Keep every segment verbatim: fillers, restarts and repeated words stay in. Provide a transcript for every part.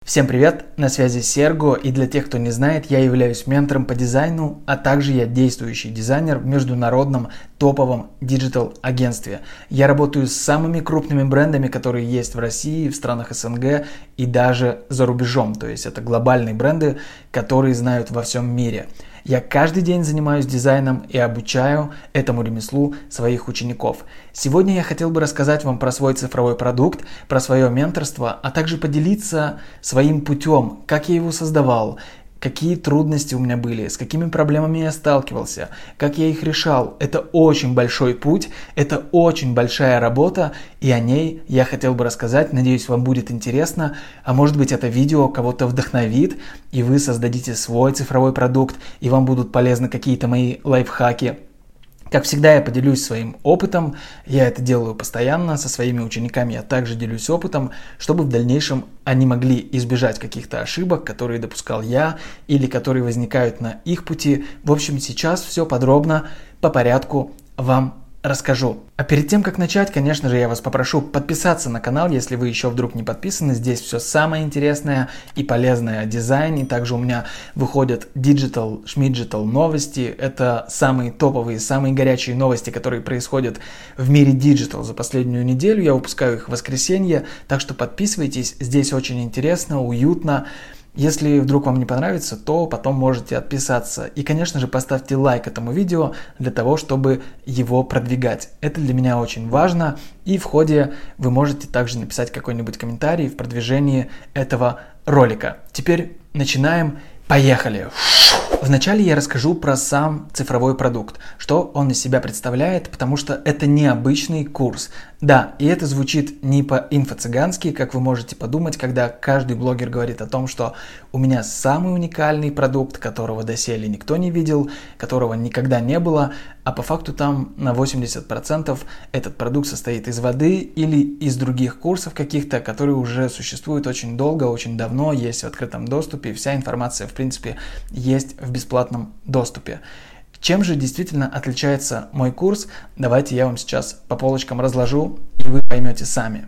Всем привет, на связи Серго, и для тех, кто не знает, я являюсь ментором по дизайну, а также я действующий дизайнер в международном топовом диджитал-агентстве. Я работаю с самыми крупными брендами, которые есть в России, в странах СНГ и даже за рубежом, то есть это глобальные бренды, которые знают во всем мире. Я каждый день занимаюсь дизайном и обучаю этому ремеслу своих учеников. Сегодня я хотел бы рассказать вам про свой цифровой продукт, про свое менторство, а также поделиться своим путем, как я его создавал, какие трудности у меня были, с какими проблемами я сталкивался, как я их решал. Это очень большой путь, это очень большая работа, и о ней я хотел бы рассказать. Надеюсь, вам будет интересно, а может быть, это видео кого-то вдохновит, и вы создадите свой цифровой продукт, и вам будут полезны какие-то мои лайфхаки. Как всегда, я поделюсь своим опытом, я это делаю постоянно, со своими учениками я также делюсь опытом, чтобы в дальнейшем они могли избежать каких-то ошибок, которые допускал я, или которые возникают на их пути. В общем, сейчас все подробно, по порядку вам расскажу. А перед тем, как начать, конечно же, я вас попрошу подписаться на канал, если вы еще вдруг не подписаны. Здесь все самое интересное и полезное о дизайне. Также у меня выходят диджитал, шмиджитал новости. Это самые топовые, самые горячие новости, которые происходят в мире диджитал за последнюю неделю. Я выпускаю их в воскресенье, так что подписывайтесь. Здесь очень интересно, уютно. Если вдруг вам не понравится, то потом можете отписаться. И, конечно же, поставьте лайк этому видео для того, чтобы его продвигать. Это для меня очень важно. И в ходе вы можете также написать какой-нибудь комментарий в продвижении этого ролика. Теперь начинаем. Поехали! Вначале я расскажу про сам цифровой продукт, что он из себя представляет, потому что это необычный курс. Да, и это звучит не по-инфо-цыгански, как вы можете подумать, когда каждый блогер говорит о том, что у меня самый уникальный продукт, которого доселе никто не видел, которого никогда не было, а по факту там на восемьдесят процентов этот продукт состоит из воды или из других курсов каких-то, которые уже существуют очень долго, очень давно, есть в открытом доступе, вся информация, в принципе, есть в бесплатном доступе. Чем же действительно отличается мой курс? Давайте я вам сейчас по полочкам разложу, и вы поймете сами.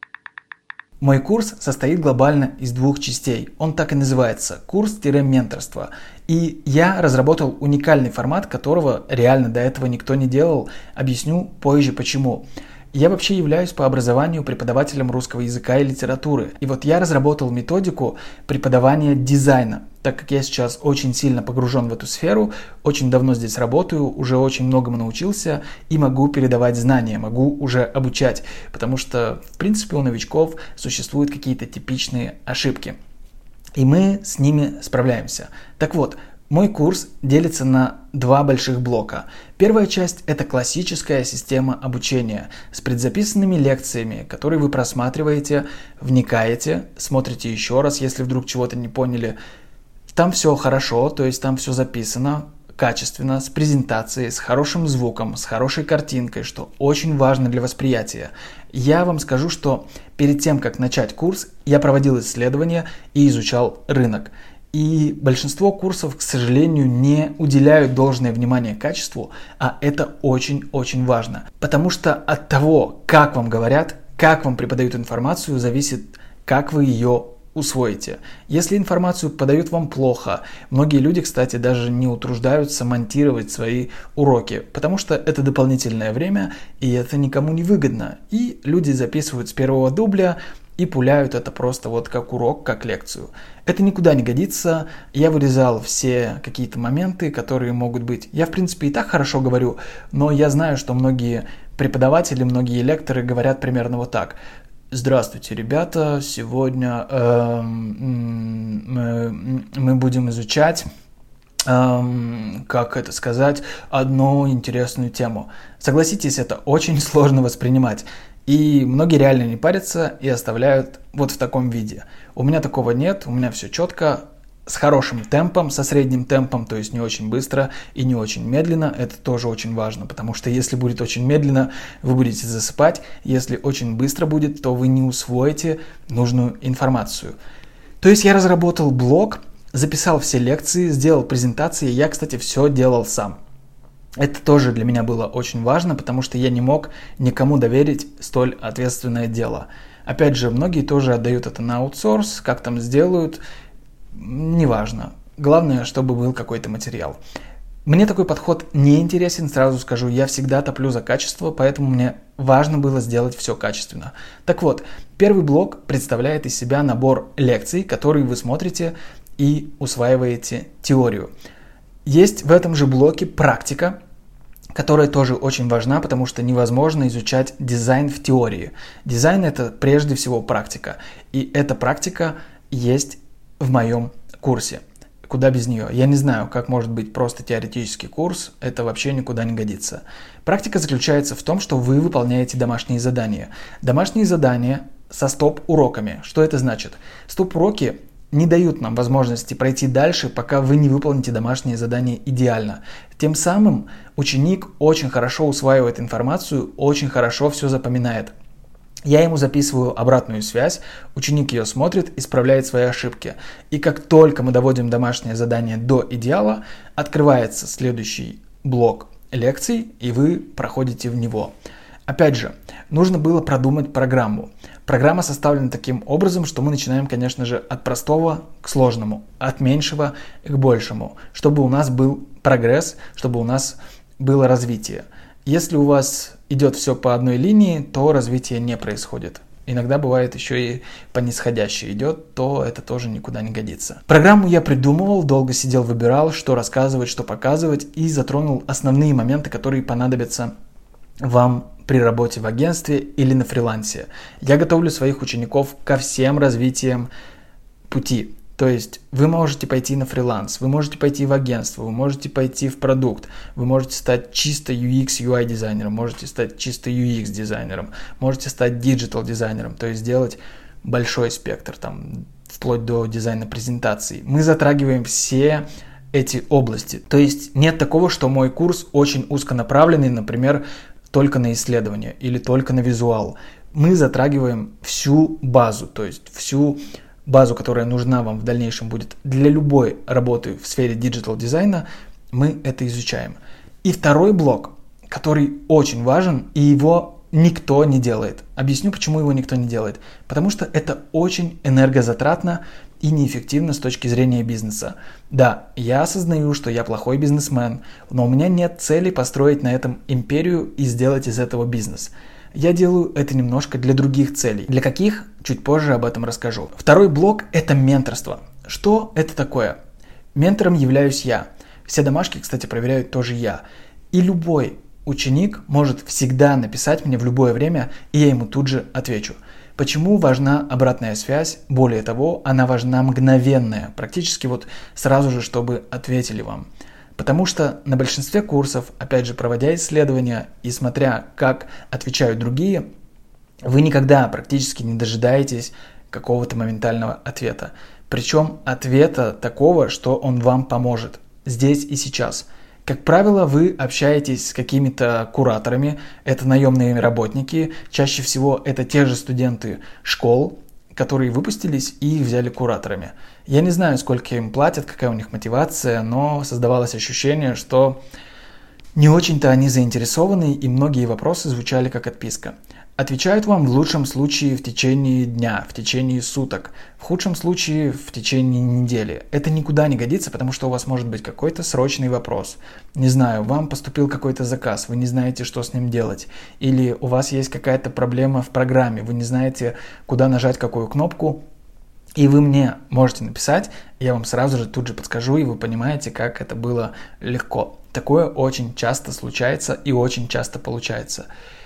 Мой курс состоит глобально из двух частей. Он так и называется – курс-менторство. И я разработал уникальный формат, которого реально до этого никто не делал. Объясню позже почему. Я вообще являюсь по образованию преподавателем русского языка и литературы. И вот я разработал методику преподавания дизайна. Так как я сейчас очень сильно погружен в эту сферу, очень давно здесь работаю, уже очень многому научился и могу передавать знания, могу уже обучать. Потому что, в принципе, у новичков существуют какие-то типичные ошибки. И мы с ними справляемся. Так вот, мой курс делится на два больших блока. Первая часть – это классическая система обучения с предзаписанными лекциями, которые вы просматриваете, вникаете, смотрите еще раз, если вдруг чего-то не поняли. Там все хорошо, то есть там все записано качественно, с презентацией, с хорошим звуком, с хорошей картинкой, что очень важно для восприятия. Я вам скажу, что перед тем, как начать курс, я проводил исследования и изучал рынок. И большинство курсов, к сожалению, не уделяют должное внимание качеству, а это очень-очень важно. Потому что от того, как вам говорят, как вам преподают информацию, зависит, как вы ее усвоите. Если информацию подают вам плохо, многие люди, кстати, даже не утруждаются монтировать свои уроки, потому что это дополнительное время, и это никому не выгодно. И люди записывают с первого дубля, и пуляют это просто вот как урок, как лекцию. Это никуда не годится. Я вырезал все какие-то моменты, которые могут быть. Я, в принципе, и так хорошо говорю, но я знаю, что многие преподаватели, многие лекторы говорят примерно вот так. Здравствуйте, ребята, сегодня э, мы, мы будем изучать, э, как это сказать, одну интересную тему. Согласитесь, это очень сложно воспринимать. И многие реально не парятся и оставляют вот в таком виде. У меня такого нет, у меня все четко, с хорошим темпом, со средним темпом, то есть не очень быстро и не очень медленно. Это тоже очень важно, потому что если будет очень медленно, вы будете засыпать. Если очень быстро будет, то вы не усвоите нужную информацию. То есть я разработал блог, записал все лекции, сделал презентации. Я, кстати, все делал сам. Это тоже для меня было очень важно, потому что я не мог никому доверить столь ответственное дело. Опять же, многие тоже отдают это на аутсорс, как там сделают, неважно. Главное, чтобы был какой-то материал. Мне такой подход не интересен, сразу скажу, я всегда топлю за качество, поэтому мне важно было сделать все качественно. Так вот, первый блок представляет из себя набор лекций, которые вы смотрите и усваиваете теорию. Есть в этом же блоке практика, которая тоже очень важна, потому что невозможно изучать дизайн в теории. Дизайн – это прежде всего практика, и эта практика есть в моем курсе. Куда без нее? Я не знаю, как может быть просто теоретический курс, это вообще никуда не годится. Практика заключается в том, что вы выполняете домашние задания. Домашние задания со стоп-уроками. Что это значит? Стоп-уроки не дают нам возможности пройти дальше, пока вы не выполните домашние задания идеально. Тем самым ученик очень хорошо усваивает информацию, очень хорошо все запоминает. Я ему записываю обратную связь, ученик ее смотрит, исправляет свои ошибки. И как только мы доводим домашнее задание до идеала, открывается следующий блок лекций, и вы проходите в него. Опять же, нужно было продумать программу. Программа составлена таким образом, что мы начинаем, конечно же, от простого к сложному, от меньшего к большему, чтобы у нас был прогресс, чтобы у нас было развитие. Если у вас идет все по одной линии, то развитие не происходит. Иногда бывает еще и по нисходящей идет, то это тоже никуда не годится. Программу я придумывал, долго сидел, выбирал, что рассказывать, что показывать, и затронул основные моменты, которые понадобятся вам при работе в агентстве или на фрилансе. Я готовлю своих учеников ко всем развитиям пути. То есть вы можете пойти на фриланс, вы можете пойти в агентство, вы можете пойти в продукт, вы можете стать чисто ю экс, ю ай дизайнером, можете стать чисто ю экс дизайнером, можете стать диджитал дизайнером, то есть сделать большой спектр, там, вплоть до дизайна презентаций. Мы затрагиваем все эти области. То есть нет такого, что мой курс очень узконаправленный, например, только на исследование или только на визуал. Мы затрагиваем всю базу, то есть всю базу, которая нужна вам в дальнейшем будет для любой работы в сфере диджитал-дизайна, мы это изучаем. И второй блок, который очень важен, и его никто не делает. Объясню, почему его никто не делает. Потому что это очень энергозатратно и неэффективно с точки зрения бизнеса. Да, я осознаю, что я плохой бизнесмен, но у меня нет цели построить на этом империю и сделать из этого бизнес. Я делаю это немножко для других целей. Для каких? Чуть позже об этом расскажу. Второй блок – это менторство. Что это такое? Ментором являюсь я. Все домашки, кстати, проверяют тоже я. И любой ученик может всегда написать мне в любое время, и я ему тут же отвечу. Почему важна обратная связь? Более того, она важна мгновенная, практически вот сразу же, чтобы ответили вам. Потому что на большинстве курсов, опять же, проводя исследования и смотря, как отвечают другие, вы никогда практически не дожидаетесь какого-то моментального ответа. Причем ответа такого, что он вам поможет здесь и сейчас. Как правило, вы общаетесь с какими-то кураторами, это наемные работники, чаще всего это те же студенты школ, которые выпустились и их взяли кураторами. Я не знаю, сколько им платят, какая у них мотивация, но создавалось ощущение, что не очень-то они заинтересованы, и многие вопросы звучали как отписка. Отвечают вам в лучшем случае в течение дня, в течение суток, в худшем случае в течение недели. Это никуда не годится, потому что у вас может быть какой-то срочный вопрос. Не знаю, вам поступил какой-то заказ, вы не знаете, что с ним делать. Или у вас есть какая-то проблема в программе, вы не знаете, куда нажать какую кнопку. И вы мне можете написать, я вам сразу же тут же подскажу, и вы понимаете, как это было легко. Такое очень часто случается и очень часто получается.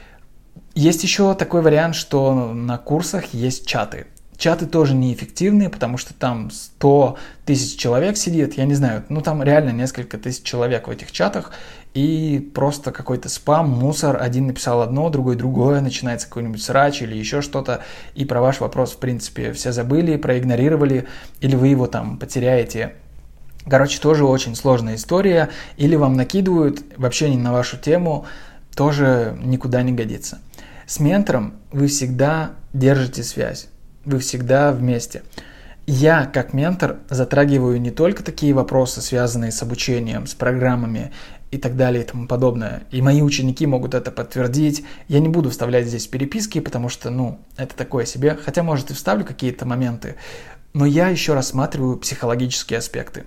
Есть еще такой вариант, что на курсах есть чаты. Чаты тоже неэффективные, потому что там сто тысяч человек сидит, я не знаю, ну там реально несколько тысяч человек в этих чатах, и просто какой-то спам, мусор, один написал одно, другой другое, начинается какой-нибудь срач или еще что-то, и про ваш вопрос, в принципе, все забыли, проигнорировали, или вы его там потеряете. Короче, тоже очень сложная история, или вам накидывают вообще не на вашу тему, тоже никуда не годится. С ментором вы всегда держите связь, вы всегда вместе. Я, как ментор, затрагиваю не только такие вопросы, связанные с обучением, с программами и так далее и тому подобное. И мои ученики могут это подтвердить. Я не буду вставлять здесь переписки, потому что, ну, это такое себе. Хотя, может, и вставлю какие-то моменты. Но я еще рассматриваю психологические аспекты.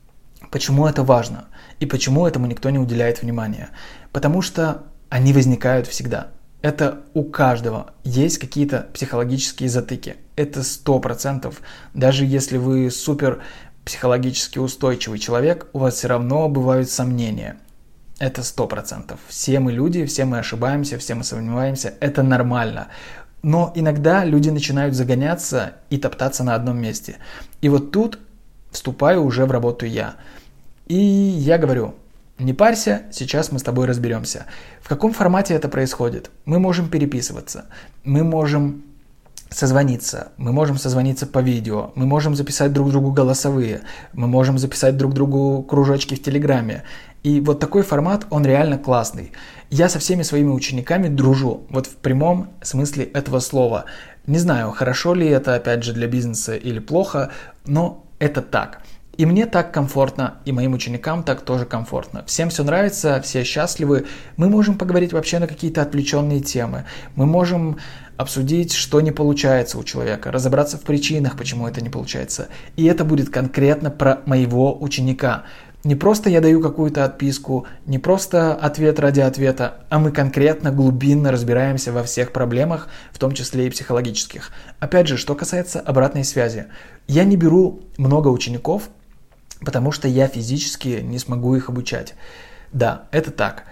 Почему это важно? И почему этому никто не уделяет внимания? Потому что они возникают всегда. Это у каждого есть какие-то психологические затыки. Это сто процентов. Даже если вы супер психологически устойчивый человек, у вас все равно бывают сомнения. Это сто процентов. Все мы люди, все мы ошибаемся, все мы сомневаемся. Это нормально. Но иногда люди начинают загоняться и топтаться на одном месте. И вот тут вступаю уже в работу я. И я говорю: не парься, сейчас мы с тобой разберемся. В каком формате это происходит? Мы можем переписываться, мы можем созвониться, мы можем созвониться по видео, мы можем записать друг другу голосовые, мы можем записать друг другу кружочки в Телеграме. И вот такой формат, он реально классный. Я со всеми своими учениками дружу, вот в прямом смысле этого слова. Не знаю, хорошо ли это, опять же, для бизнеса или плохо, но это так. И мне так комфортно, и моим ученикам так тоже комфортно. Всем все нравится, все счастливы. Мы можем поговорить вообще на какие-то отвлеченные темы. Мы можем обсудить, что не получается у человека, разобраться в причинах, почему это не получается. И это будет конкретно про моего ученика. Не просто я даю какую-то отписку, не просто ответ ради ответа, а мы конкретно, глубинно разбираемся во всех проблемах, в том числе и психологических. Опять же, что касается обратной связи. Я не беру много учеников, потому что я физически не смогу их обучать. Да, это так.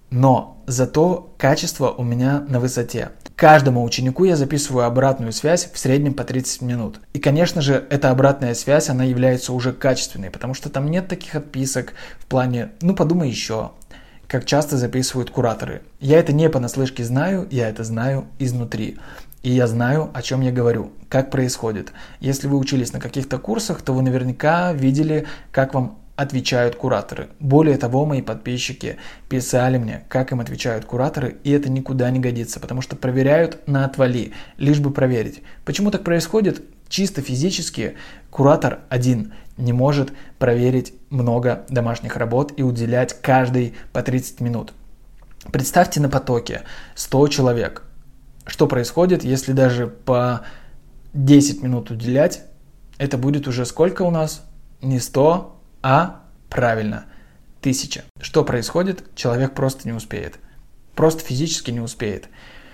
Но зато качество у меня на высоте. Каждому ученику я записываю обратную связь в среднем по тридцать минут. И, конечно же, эта обратная связь, она является уже качественной, потому что там нет таких отписок в плане «ну подумай еще», как часто записывают кураторы. Я это не понаслышке знаю, я это знаю изнутри. И я знаю, о чем я говорю, как происходит. Если вы учились на каких-то курсах, то вы наверняка видели, как вам отвечают кураторы. Более того, мои подписчики писали мне, как им отвечают кураторы, и это никуда не годится, потому что проверяют на отвали, лишь бы проверить. Почему так происходит? Чисто физически куратор один не может проверить много домашних работ и уделять каждой по тридцать минут. Представьте на потоке сто человек. Что происходит, если даже по десять минут уделять? Это будет уже сколько у нас? Не сто, а правильно, тысяча. Что происходит? Человек просто не успеет. Просто физически не успеет.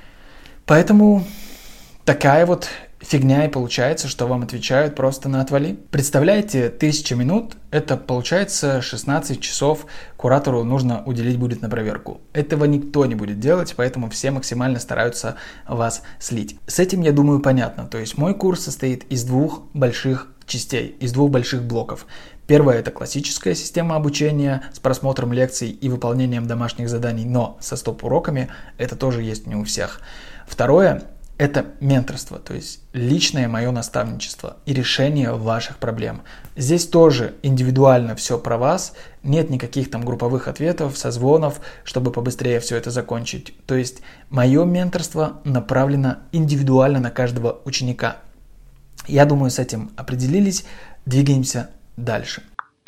Поэтому такая вот фигня и получается, что вам отвечают просто на отвали. Представляете, тысяча минут, это получается шестнадцать часов куратору нужно уделить будет на проверку. Этого никто не будет делать, поэтому все максимально стараются вас слить. С этим, я думаю, понятно. То есть мой курс состоит из двух больших частей, из двух больших блоков. Первое – это классическая система обучения с просмотром лекций и выполнением домашних заданий, но со стоп-уроками. Это тоже есть не у всех. Второе – это менторство, то есть личное мое наставничество и решение ваших проблем. Здесь тоже индивидуально все про вас, нет никаких там групповых ответов, созвонов, чтобы побыстрее все это закончить. То есть мое менторство направлено индивидуально на каждого ученика. Я думаю, с этим определились, двигаемся дальше.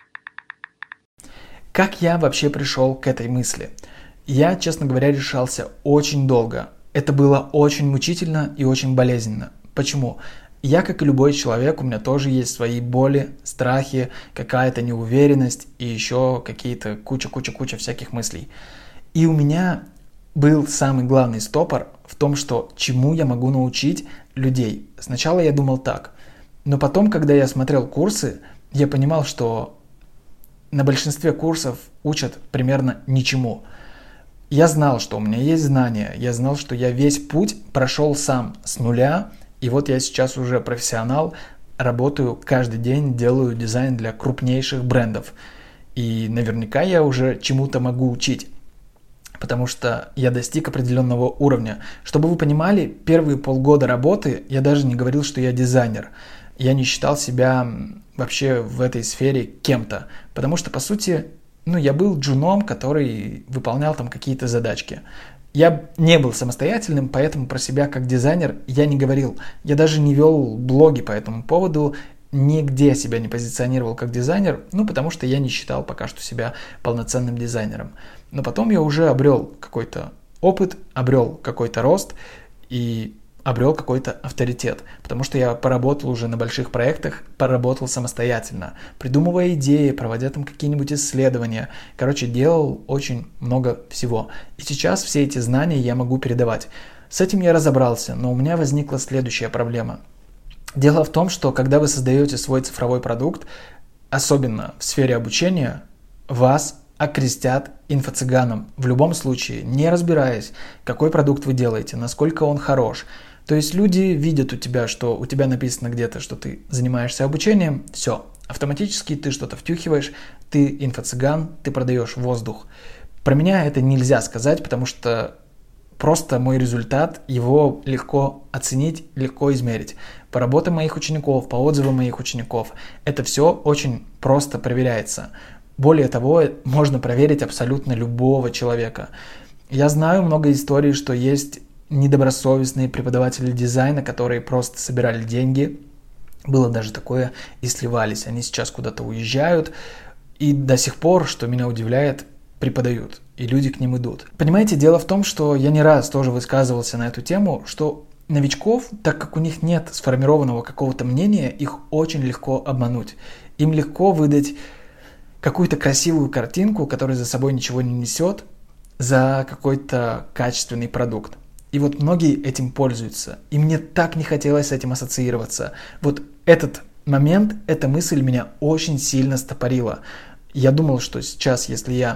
Как я вообще пришел к этой мысли? Я, честно говоря, решался очень долго. Это было очень мучительно и очень болезненно. Почему? Я, как и любой человек, у меня тоже есть свои боли, страхи, какая-то неуверенность и еще какие-то куча-куча-куча всяких мыслей. И у меня был самый главный стопор в том, что чему я могу научить людей. Сначала я думал так, но потом, когда я смотрел курсы, я понимал, что на большинстве курсов учат примерно ничему. Я знал, что у меня есть знания, я знал, что я весь путь прошел сам с нуля, и вот я сейчас уже профессионал, работаю каждый день, делаю дизайн для крупнейших брендов. И наверняка я уже чему-то могу учить, потому что я достиг определенного уровня. Чтобы вы понимали, первые полгода работы я даже не говорил, что я дизайнер. Я не считал себя вообще в этой сфере кем-то, потому что, по сути, ну, я был джуном, который выполнял там какие-то задачки. Я не был самостоятельным, поэтому про себя как дизайнер я не говорил. Я даже не вел блоги по этому поводу, нигде себя не позиционировал как дизайнер, ну, потому что я не считал пока что себя полноценным дизайнером. Но потом я уже обрел какой-то опыт, обрел какой-то рост и обрел какой-то авторитет, потому что я поработал уже на больших проектах, поработал самостоятельно, придумывая идеи, проводя там какие-нибудь исследования. Короче, делал очень много всего. И сейчас все эти знания я могу передавать. С этим я разобрался, но у меня возникла следующая проблема. Дело в том, что когда вы создаете свой цифровой продукт, особенно в сфере обучения, вас окрестят инфо-цыганом. В любом случае, не разбираясь, какой продукт вы делаете, насколько он хорош. То есть люди видят у тебя, что у тебя написано где-то, что ты занимаешься обучением, все, автоматически ты что-то втюхиваешь, ты инфо-цыган, ты продаешь воздух. Про меня это нельзя сказать, потому что просто мой результат, его легко оценить, легко измерить. По работе моих учеников, по отзывам моих учеников, это все очень просто проверяется. Более того, можно проверить абсолютно любого человека. Я знаю много историй, что есть недобросовестные преподаватели дизайна, которые просто собирали деньги. Было даже такое, и сливались. Они сейчас куда-то уезжают, и до сих пор, что меня удивляет, преподают, и люди к ним идут. Понимаете, дело в том, что я не раз тоже высказывался на эту тему, что новичков, так как у них нет сформированного какого-то мнения, их очень легко обмануть. Им легко выдать какую-то красивую картинку, которая за собой ничего не несет, за какой-то качественный продукт. И вот многие этим пользуются. И мне так не хотелось с этим ассоциироваться. Вот этот момент, эта мысль меня очень сильно стопорила. Я думал, что сейчас, если я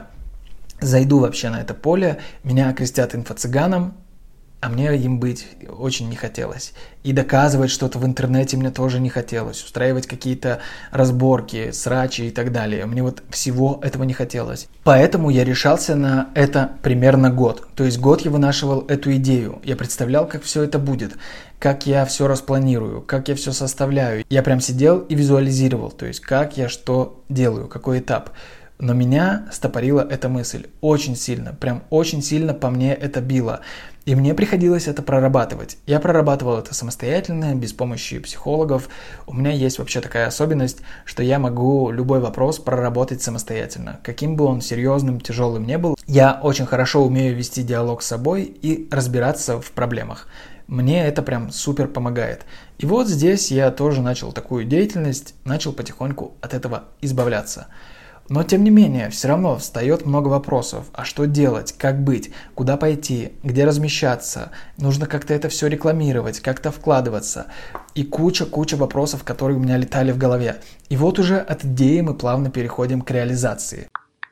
зайду вообще на это поле, меня окрестят инфо-цыганом, а мне им быть очень не хотелось. И доказывать что-то в интернете мне тоже не хотелось. Устраивать какие-то разборки, срачи и так далее. Мне вот всего этого не хотелось. Поэтому я решался на это примерно год. То есть год я вынашивал эту идею. Я представлял, как все это будет. Как я все распланирую, как я все составляю. Я прям сидел и визуализировал. То есть как я что делаю, какой этап. Но меня стопорила эта мысль очень сильно, прям очень сильно по мне это било. И мне приходилось это прорабатывать. Я прорабатывал это самостоятельно, без помощи психологов. У меня есть вообще такая особенность, что я могу любой вопрос проработать самостоятельно. Каким бы он серьезным, тяжелым ни был, я очень хорошо умею вести диалог с собой и разбираться в проблемах. Мне это прям супер помогает. И вот здесь я тоже начал такую деятельность, начал потихоньку от этого избавляться. Но тем не менее, все равно встает много вопросов. А что делать? Как быть? Куда пойти? Где размещаться? Нужно как-то это все рекламировать, как-то вкладываться. И куча-куча вопросов, которые у меня летали в голове. И вот уже от идеи мы плавно переходим к реализации.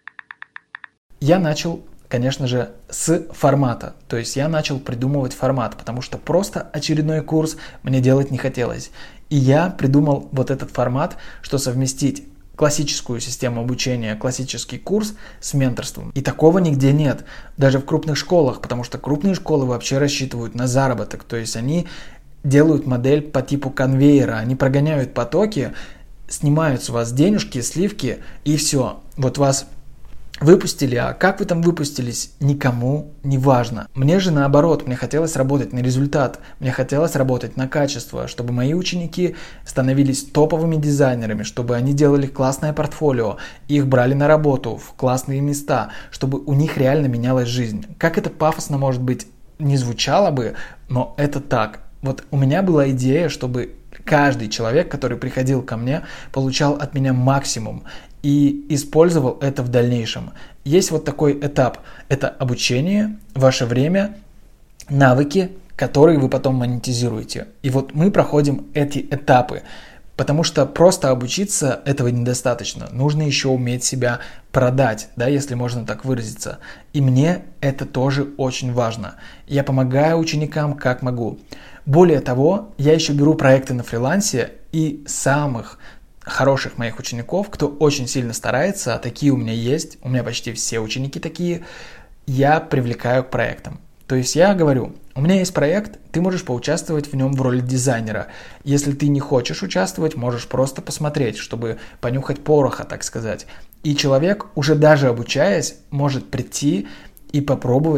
Я начал, конечно же, с формата. То есть я начал придумывать формат, потому что просто очередной курс мне делать не хотелось. И я придумал вот этот формат, что совместить классическую систему обучения, классический курс с менторством. И такого нигде нет, даже в крупных школах, потому что крупные школы вообще рассчитывают на заработок, то есть они делают модель по типу конвейера, они прогоняют потоки, снимают с вас денежки, сливки и все. Вот вас выпустили, а как вы там выпустились, никому не важно. Мне же наоборот, мне хотелось работать на результат, мне хотелось работать на качество, чтобы мои ученики становились топовыми дизайнерами, чтобы они делали классное портфолио, их брали на работу в классные места, чтобы у них реально менялась жизнь. Как это пафосно, может быть, не звучало бы, но это так. Вот у меня была идея, чтобы каждый человек, который приходил ко мне, получал от меня максимум и использовал это в дальнейшем. Есть вот такой этап. Это обучение, ваше время, навыки, которые вы потом монетизируете. И вот мы проходим эти этапы. Потому что просто обучиться этого недостаточно. Нужно еще уметь себя продать, да, если можно так выразиться. И мне это тоже очень важно. Я помогаю ученикам как могу. Более того, я еще беру проекты на фрилансе и самых хороших моих учеников, кто очень сильно старается, а такие у меня есть, у меня почти все ученики такие, я привлекаю к проектам. То есть я говорю, у меня есть проект, ты можешь поучаствовать в нем в роли дизайнера. Если ты не хочешь участвовать, можешь просто посмотреть, чтобы понюхать пороха, так сказать. И человек, уже даже обучаясь, может прийти и попробовать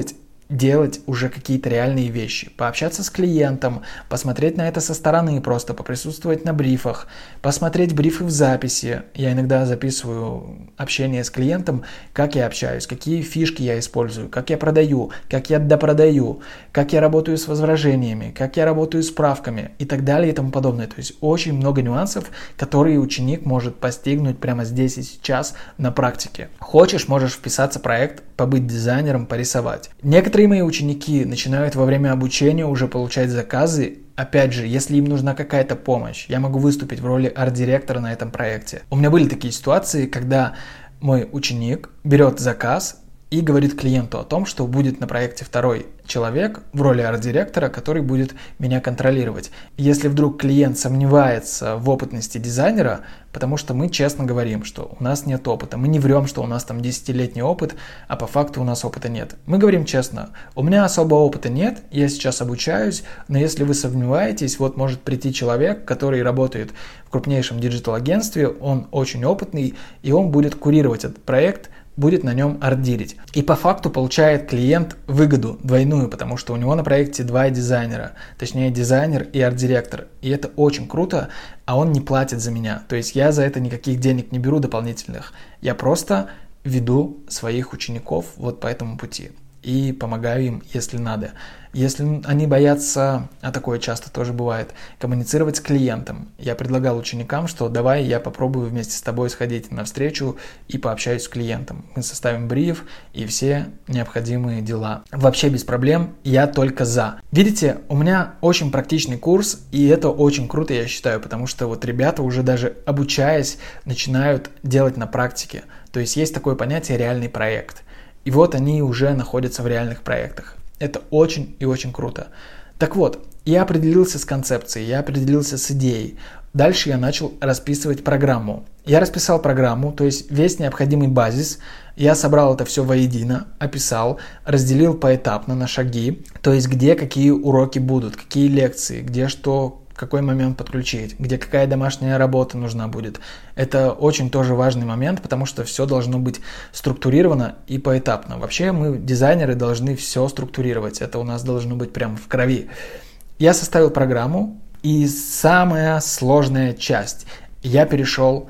делать уже какие-то реальные вещи, пообщаться с клиентом, посмотреть на это со стороны, просто поприсутствовать на брифах, посмотреть брифы в записи. Я иногда записываю общение с клиентом, как я общаюсь, какие фишки я использую, как я продаю, как я допродаю, как я работаю с возражениями, как я работаю с справками и так далее и тому подобное. То есть очень много нюансов, которые ученик может постигнуть прямо здесь и сейчас на практике. Хочешь, можешь вписаться в проект, побыть дизайнером, порисовать. Некоторые мои ученики начинают во время обучения уже получать заказы. Опять же, если им нужна какая-то помощь, я могу выступить в роли арт-директора на этом проекте. У меня были такие ситуации, когда мой ученик берет заказ и говорит клиенту о том, что будет на проекте второй человек в роли арт-директора, который будет меня контролировать. Если вдруг клиент сомневается в опытности дизайнера, потому что мы честно говорим, что у нас нет опыта, мы не врем, что у нас там десятилетний опыт, а по факту у нас опыта нет. Мы говорим честно, у меня особого опыта нет, я сейчас обучаюсь, но если вы сомневаетесь, вот может прийти человек, который работает в крупнейшем диджитал-агентстве, он очень опытный, и он будет курировать этот проект, будет на нем ардирить. И по факту получает клиент выгоду двойную, потому что у него на проекте два дизайнера, точнее дизайнер и арт-директор. И это очень круто, а он не платит за меня. То есть я за это никаких денег не беру дополнительных. Я просто веду своих учеников вот по этому пути и помогаю им, если надо. Если они боятся, а такое часто тоже бывает, коммуницировать с клиентом, я предлагал ученикам, что давай я попробую вместе с тобой сходить на встречу и пообщаюсь с клиентом. Мы составим бриф и все необходимые дела. Вообще без проблем, я только за. Видите, у меня очень практичный курс, и это очень круто, я считаю, потому что вот ребята уже даже обучаясь начинают делать на практике. То есть есть такое понятие реальный проект. И вот они уже находятся в реальных проектах. Это очень и очень круто. Так вот, я определился с концепцией, я определился с идеей. Дальше я начал расписывать программу. Я расписал программу, то есть весь необходимый базис. Я собрал это все воедино, описал, разделил поэтапно на шаги. То есть где какие уроки будут, какие лекции, где что, какой момент подключить, где какая домашняя работа нужна будет. Это очень тоже важный момент, потому что все должно быть структурировано и поэтапно. Вообще мы, дизайнеры, должны все структурировать. Это у нас должно быть прямо в крови. Я составил программу, и самая сложная часть. Я перешел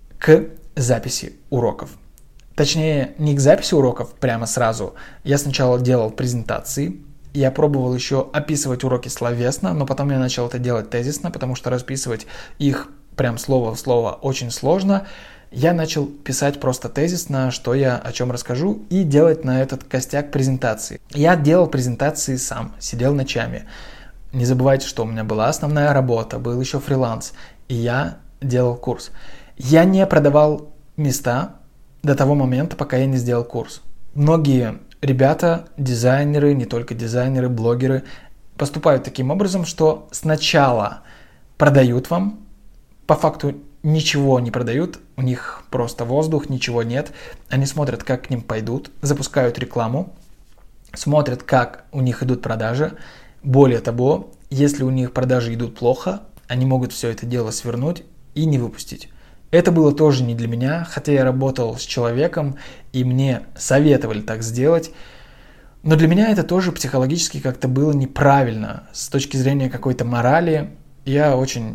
к записи уроков. Точнее, не к записи уроков прямо сразу. Я сначала делал презентации. Я пробовал еще описывать уроки словесно, но потом я начал это делать тезисно, потому что расписывать их прям слово в слово очень сложно. Я начал писать просто тезисно, что я о чем расскажу, и делать на этот костяк презентации. Я делал презентации сам, сидел ночами. Не забывайте, что у меня была основная работа, был еще фриланс, и я делал курс. Я не продавал места до того момента, пока я не сделал курс. Многие ребята, дизайнеры, не только дизайнеры, блогеры, поступают таким образом, что сначала продают вам, по факту ничего не продают, у них просто воздух, ничего нет. Они смотрят, как к ним пойдут, запускают рекламу, смотрят, как у них идут продажи. Более того, если у них продажи идут плохо, они могут все это дело свернуть и не выпустить. Это было тоже не для меня, хотя я работал с человеком, и мне советовали так сделать. Но для меня это тоже психологически как-то было неправильно. С точки зрения какой-то морали, я очень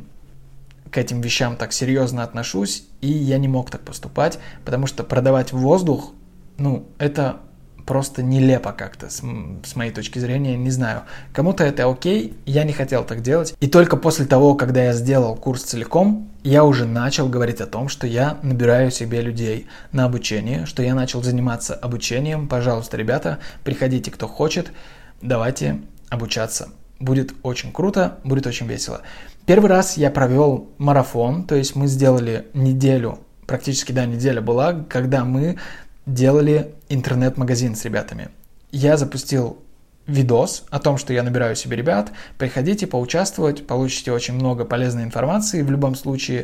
к этим вещам так серьезно отношусь, и я не мог так поступать, потому что продавать воздух, ну, это просто нелепо как-то, с, с моей точки зрения, не знаю. Кому-то это окей, я не хотел так делать. И только после того, когда я сделал курс целиком, я уже начал говорить о том, что я набираю себе людей на обучение, что я начал заниматься обучением. Пожалуйста, ребята, приходите, кто хочет, давайте обучаться. Будет очень круто, будет очень весело. Первый раз я провел марафон, то есть мы сделали неделю, практически, да, неделя была, когда мы делали интернет-магазин с ребятами. Я запустил видос о том, что я набираю себе ребят. Приходите поучаствовать, получите очень много полезной информации в любом случае.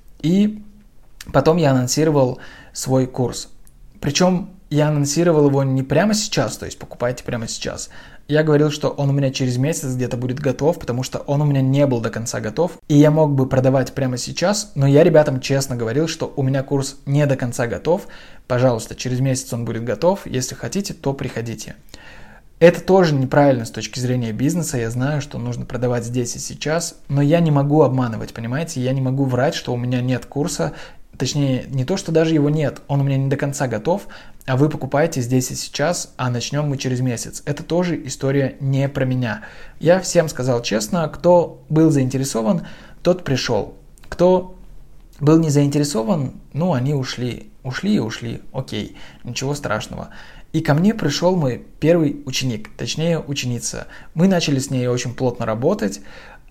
И потом я анонсировал свой курс. Причем я анонсировал его не прямо сейчас, то есть покупайте прямо сейчас. Я говорил, что он у меня через месяц где-то будет готов, потому что он у меня не был до конца готов. И я мог бы продавать прямо сейчас, но я ребятам честно говорил, что у меня курс не до конца готов. Пожалуйста, через месяц он будет готов. Если хотите, то приходите. Это тоже неправильно с точки зрения бизнеса. Я знаю, что нужно продавать здесь и сейчас, но я не могу обманывать, понимаете? Я не могу врать, что у меня нет курса. Точнее, не то, что даже его нет, он у меня не до конца готов, а вы покупаете здесь и сейчас, а начнем мы через месяц. Это тоже история не про меня. Я всем сказал честно, кто был заинтересован, тот пришел. Кто был не заинтересован, ну, они ушли. Ушли и ушли, окей, ничего страшного. И ко мне пришел мой первый ученик, точнее ученица. Мы начали с ней очень плотно работать.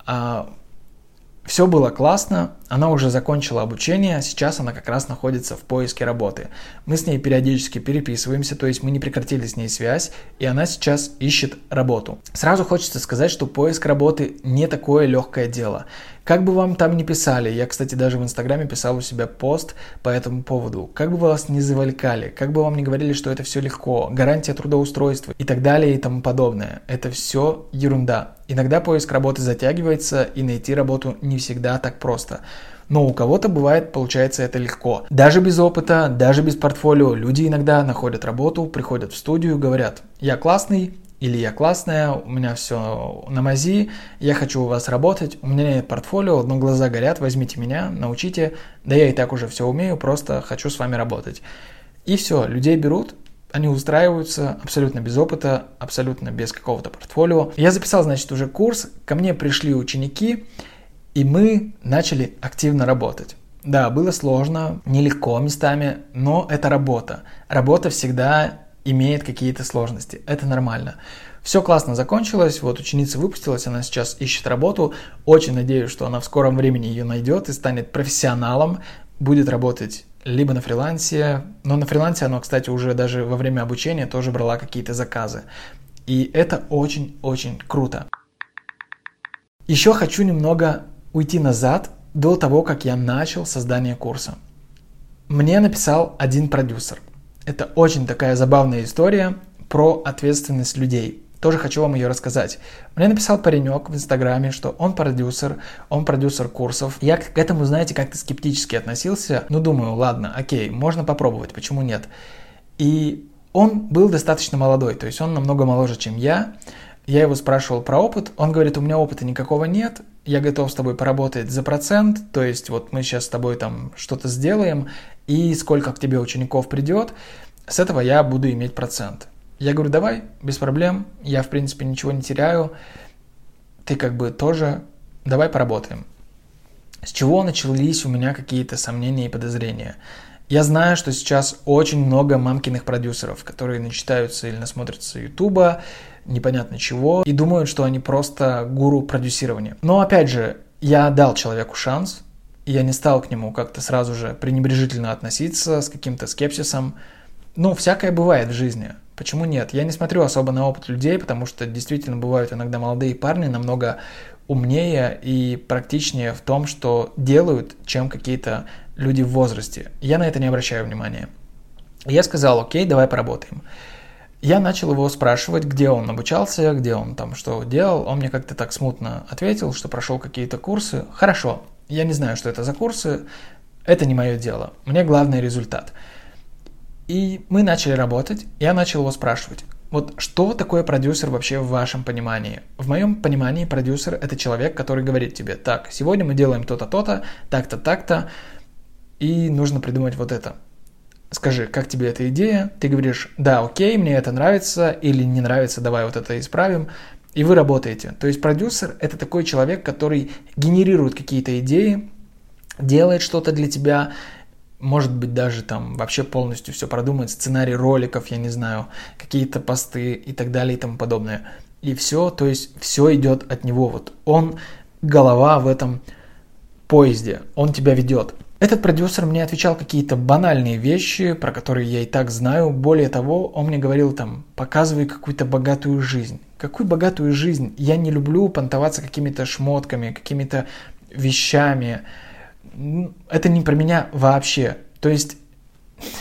Все было классно, она уже закончила обучение, сейчас она как раз находится в поиске работы. Мы с ней периодически переписываемся, то есть мы не прекратили с ней связь, и она сейчас ищет работу. Сразу хочется сказать, что поиск работы не такое легкое дело. Как бы вам там ни писали, я, кстати, даже в Инстаграме писал у себя пост по этому поводу, как бы вы вас не завалькали, как бы вам не говорили, что это все легко, гарантия трудоустройства и так далее и тому подобное, это все ерунда. Иногда поиск работы затягивается, и найти работу не всегда так просто. Но у кого-то бывает, получается, это легко. Даже без опыта, даже без портфолио, люди иногда находят работу, приходят в студию, говорят: я классный, или я классная, у меня все на мази, я хочу у вас работать, у меня нет портфолио, но глаза горят, возьмите меня, научите, да я и так уже все умею, просто хочу с вами работать. И все, людей берут, они устраиваются абсолютно без опыта, абсолютно без какого-то портфолио. Я записал, значит, уже курс, ко мне пришли ученики, и мы начали активно работать. Да, было сложно, нелегко местами, но это работа. Работа всегда имеет какие-то сложности. Это нормально. Все классно закончилось. Вот ученица выпустилась, она сейчас ищет работу. Очень надеюсь, что она в скором времени ее найдет и станет профессионалом. Будет работать либо на фрилансе. Но на фрилансе она, кстати, уже даже во время обучения тоже брала какие-то заказы. И это очень-очень круто. Еще хочу немного уйти назад до того, как я начал создание курса. Мне написал один продюсер. Это очень такая забавная история про ответственность людей. Тоже хочу вам ее рассказать. Мне написал паренек в Инстаграме, что он продюсер, он продюсер курсов. Я к этому, знаете, как-то скептически относился. Ну, думаю, ладно, окей, можно попробовать, почему нет? И он был достаточно молодой, то есть он намного моложе, чем я. Я его спрашивал про опыт, он говорит: у меня опыта никакого нет, я готов с тобой поработать за процент, то есть вот мы сейчас с тобой там что-то сделаем, и сколько к тебе учеников придет, с этого я буду иметь процент. Я говорю: давай, без проблем, я в принципе ничего не теряю, ты как бы тоже, давай поработаем. С чего начались у меня какие-то сомнения и подозрения? Я знаю, что сейчас очень много мамкиных продюсеров, которые начитаются или насмотрятся ютуба, непонятно чего, и думают, что они просто гуру продюсирования. Но опять же, я дал человеку шанс, и я не стал к нему как-то сразу же пренебрежительно относиться, с каким-то скепсисом. Ну, всякое бывает в жизни. Почему нет? Я не смотрю особо на опыт людей, потому что действительно бывают иногда молодые парни намного умнее и практичнее в том, что делают, чем какие-то люди в возрасте. Я на это не обращаю внимания. Я сказал: окей, давай поработаем. Я начал его спрашивать, где он обучался, где он там что делал. Он мне как-то так смутно ответил, что прошел какие-то курсы. Хорошо, я не знаю, что это за курсы, это не мое дело. Мне главный результат. И мы начали работать, я начал его спрашивать: вот что такое продюсер вообще в вашем понимании? В моем понимании продюсер – это человек, который говорит тебе: так, сегодня мы делаем то-то, то-то, так-то, так-то, и нужно придумать вот это. Скажи, как тебе эта идея? Ты говоришь: да, окей, мне это нравится, или не нравится, давай вот это исправим. И вы работаете. То есть продюсер – это такой человек, который генерирует какие-то идеи, делает что-то для тебя, может быть, даже там вообще полностью все продумает, сценарий роликов, я не знаю, какие-то посты и так далее и тому подобное. И все, то есть все идет от него. Вот он голова в этом поезде, он тебя ведет. Этот продюсер мне отвечал какие-то банальные вещи, про которые я и так знаю. Более того, он мне говорил там: показывай какую-то богатую жизнь. Какую богатую жизнь? Я не люблю понтоваться какими-то шмотками, какими-то вещами. Это не про меня вообще. То есть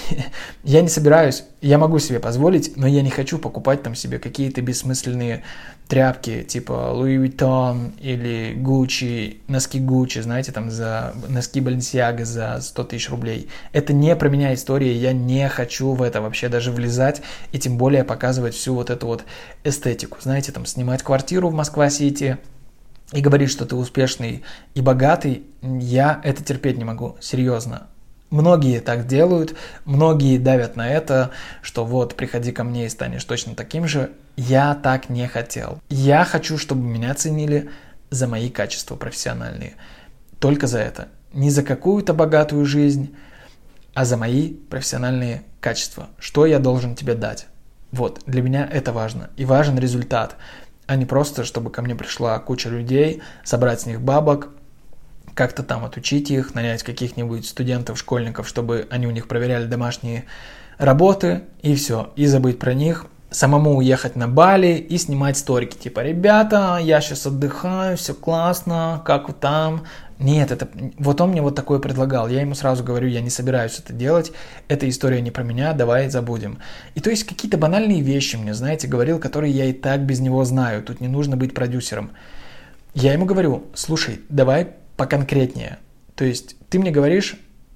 я не собираюсь, я могу себе позволить, но я не хочу покупать там себе какие-то бессмысленные тряпки, типа Louis Vuitton или Gucci, носки Gucci, знаете, там за носки Balenciaga за сто тысяч рублей. Это не про меня история, я не хочу в это вообще даже влезать и тем более показывать всю вот эту вот эстетику. Знаете, там снимать квартиру в Москва-Сити и говорить, что ты успешный и богатый, я это терпеть не могу, серьезно. Многие так делают, многие давят на это, что вот, приходи ко мне и станешь точно таким же. Я так не хотел. Я хочу, чтобы меня ценили за мои качества профессиональные. Только за это. Не за какую-то богатую жизнь, а за мои профессиональные качества. Что я должен тебе дать? Вот, для меня это важно. И важен результат, а не просто, чтобы ко мне пришла куча людей, собрать с них бабок, как-то там отучить их, нанять каких-нибудь студентов, школьников, чтобы они у них проверяли домашние работы, и все, и забыть про них, самому уехать на Бали и снимать сторики, типа, ребята, я сейчас отдыхаю, все классно, как вы там? Нет, это, вот он мне вот такое предлагал, я ему сразу говорю, я не собираюсь это делать, эта история не про меня, давай забудем. И то есть какие-то банальные вещи мне, знаете, говорил, которые я и так без него знаю, тут не нужно быть продюсером. Я ему говорю, слушай, давай поконкретнее. То есть ты мне говоришь,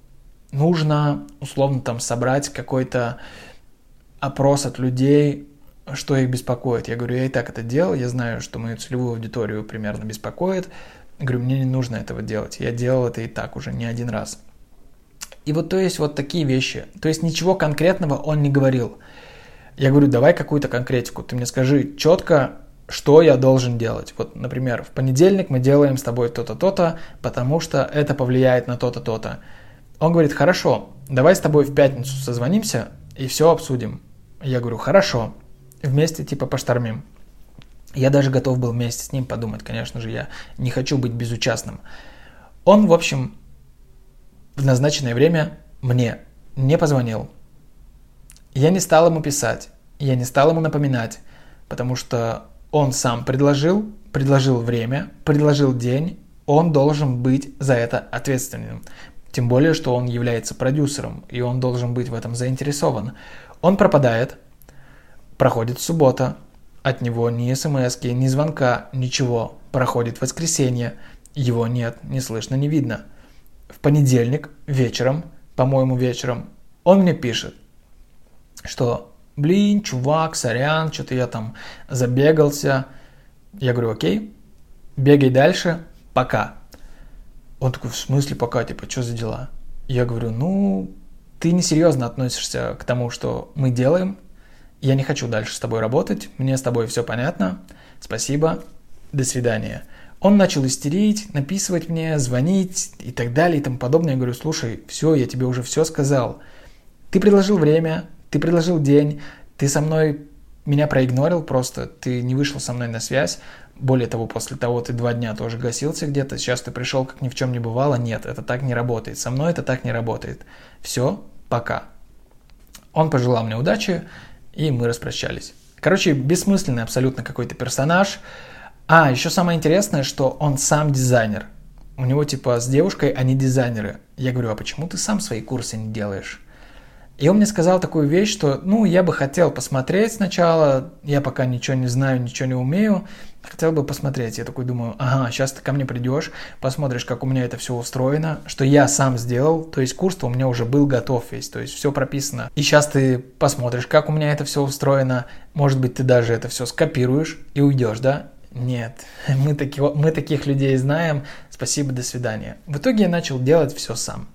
нужно условно там собрать какой-то опрос от людей, что их беспокоит. Я говорю, я и так это делал, я знаю, что мою целевую аудиторию примерно беспокоит. Я говорю, мне не нужно этого делать. Я делал это и так уже не один раз. И вот то есть вот такие вещи. То есть ничего конкретного он не говорил. Я говорю, давай какую-то конкретику. Ты мне скажи четко, что я должен делать. Вот, например, в понедельник мы делаем с тобой то-то, то-то, потому что это повлияет на то-то, то-то. Он говорит, хорошо, давай с тобой в пятницу созвонимся и все обсудим. Я говорю, хорошо, вместе типа поштормим. Я даже готов был вместе с ним подумать, конечно же, я не хочу быть безучастным. Он, в общем, в назначенное время мне не позвонил. Я не стал ему писать, я не стал ему напоминать, потому что он сам предложил, предложил время, предложил день, он должен быть за это ответственным. Тем более, что он является продюсером, и он должен быть в этом заинтересован. Он пропадает, проходит суббота, от него ни смски, ни звонка, ничего. Проходит воскресенье, его нет, не слышно, не видно. В понедельник вечером, по-моему, вечером, он мне пишет, что блин, чувак, сорян, что-то я там забегался. Я говорю, окей, бегай дальше, пока. Он такой, в смысле пока, типа, что за дела? Я говорю, ну, ты несерьезно относишься к тому, что мы делаем. Я не хочу дальше с тобой работать, мне с тобой все понятно. Спасибо, до свидания. Он начал истерить, написывать мне, звонить и так далее и тому подобное. Я говорю, слушай, все, я тебе уже все сказал. Ты предложил время, ты предложил день, ты со мной меня проигнорил просто, ты не вышел со мной на связь. Более того, после того ты два дня тоже гасился где-то, сейчас ты пришел, как ни в чем не бывало. Нет, это так не работает, со мной это так не работает. Все, пока. Он пожелал мне удачи, и мы распрощались. Короче, бессмысленный абсолютно какой-то персонаж. А, еще самое интересное, что он сам дизайнер. У него типа с девушкой они дизайнеры. Я говорю, а почему ты сам свои курсы не делаешь? И он мне сказал такую вещь, что, ну, я бы хотел посмотреть сначала, я пока ничего не знаю, ничего не умею, хотел бы посмотреть. Я такой думаю, ага, сейчас ты ко мне придешь, посмотришь, как у меня это все устроено, что я сам сделал, то есть курс-то у меня уже был готов весь, то есть все прописано. И сейчас ты посмотришь, как у меня это все устроено, может быть, ты даже это все скопируешь и уйдешь, да? Нет, мы, таки, мы таких людей знаем, спасибо, до свидания. В итоге я начал делать все сам.